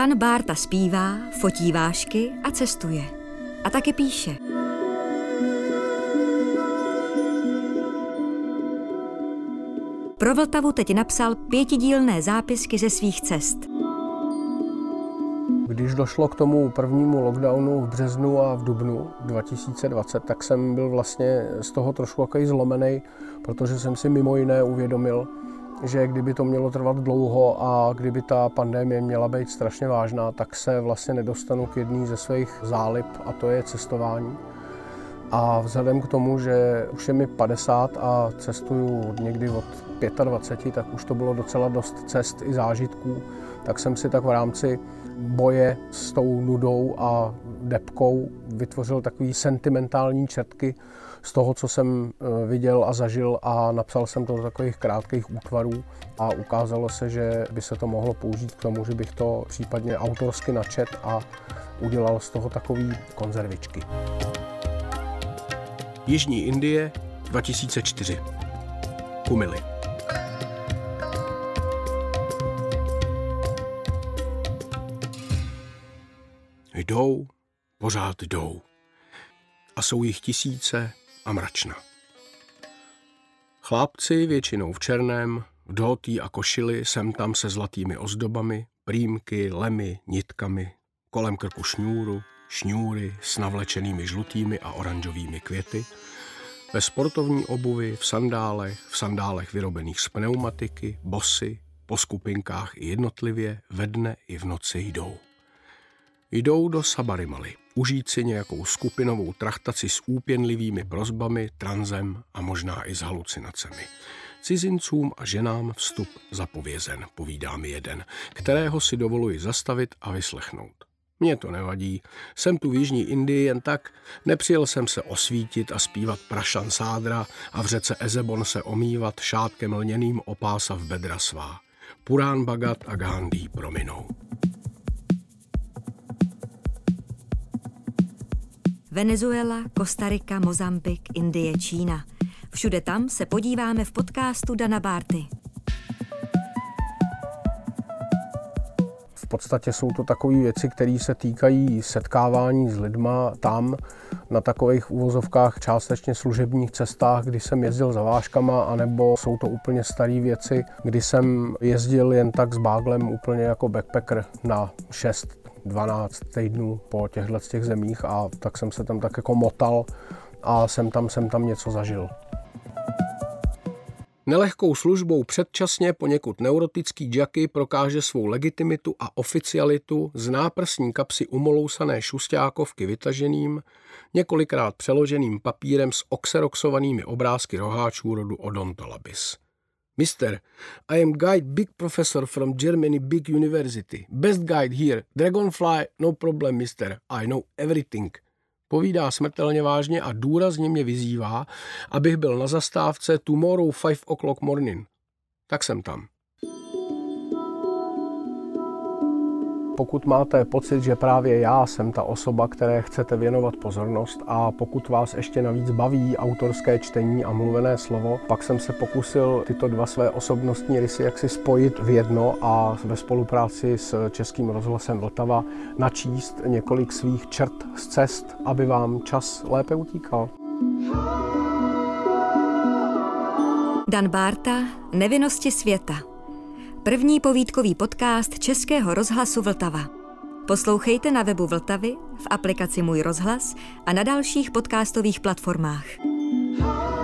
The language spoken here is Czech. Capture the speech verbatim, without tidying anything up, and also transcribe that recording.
Dan Bárta zpívá, fotí vážky a cestuje. A taky píše. Pro Vltavu teď napsal pětidílné zápisky ze svých cest. Když došlo k tomu prvnímu lockdownu v březnu a v dubnu dva tisíce dvacet, tak jsem byl vlastně z toho trošku takový zlomený, protože jsem si mimo jiné uvědomil, že kdyby to mělo trvat dlouho a kdyby ta pandemie měla být strašně vážná, tak se vlastně nedostanu k jedný ze svých zálib, a to je cestování. A vzhledem k tomu, že už je mi padesát a cestuju někdy od dvacet pět, tak už to bylo docela dost cest i zážitků, tak jsem si tak v rámci boje s tou nudou a depkou vytvořil takový sentimentální četky z toho, co jsem viděl a zažil, a napsal jsem to do takových krátkých útvarů a ukázalo se, že by se to mohlo použít k tomu, že bych to případně autorsky načet a udělal z toho takový konzervičky. Jižní Indie dva tisíce čtyři. Kumily. Jdou, pořád jdou. A jsou jich tisíce a mračna. Chlápci většinou v černém, v dhótí a košili, sem tam se zlatými ozdobami, prýmky, lemy, nitkami, kolem krku šňůru, šňůry s navlečenými žlutými a oranžovými květy, ve sportovní obuvi, v sandálech, v sandálech vyrobených z pneumatiky, bosy, po skupinkách i jednotlivě, ve dne i v noci jdou. Jdou do Sabarimaly, užít si nějakou skupinovou trachtaci s úpěnlivými prosbami, tranzem a možná i s halucinacemi. Cizincům a ženám vstup zapovězen, povídá mi jeden, kterého si dovoluji zastavit a vyslechnout. Mně to nevadí, jsem tu v Jižní Indii jen tak, nepřijel jsem se osvítit a zpívat prašan sádra a v řece Ezebon se omývat šátkem lněným opása v bedra svá. Purán Bhagat a Gandhi prominou. Venezuela, Kostarika, Mozambik, Indie, Čína. Všude tam se podíváme v podcastu Dana Bárty. V podstatě jsou to takové věci, které se týkají setkávání s lidma tam, na takových uvozovkách částečně služebních cestách, kdy jsem jezdil za vážkama, anebo jsou to úplně staré věci, kdy jsem jezdil jen tak s báglem úplně jako backpacker na šest dvanáct týdnů po těchto těch zemích, a tak jsem se tam tak jako motal a jsem tam, jsem tam něco zažil. Nelehkou službou předčasně poněkud neurotický Jackie prokáže svou legitimitu a oficialitu z náprsní kapsy umolousané šusťákovky vytaženým, několikrát přeloženým papírem s oxeroxovanými obrázky roháčů rodu Odontolabis. Mister, I am guide big professor from Germany big university. Best guide here. Dragonfly, no problem, mister. I know everything. Povídá smrtelně vážně a důrazně mě vyzývá, abych byl na zastávce tomorrow five o'clock morning. Tak jsem tam. Pokud máte pocit, že právě já jsem ta osoba, které chcete věnovat pozornost, a pokud vás ještě navíc baví autorské čtení a mluvené slovo, pak jsem se pokusil tyto dva své osobnostní rysy jaksi spojit v jedno a ve spolupráci s Českým rozhlasem Vltava načíst několik svých čert z cest, aby vám čas lépe utíkal. Dan Bárta, Nevinnosti světa. První povídkový podcast Českého rozhlasu Vltava. Poslouchejte na webu Vltavy, v aplikaci Můj rozhlas a na dalších podcastových platformách.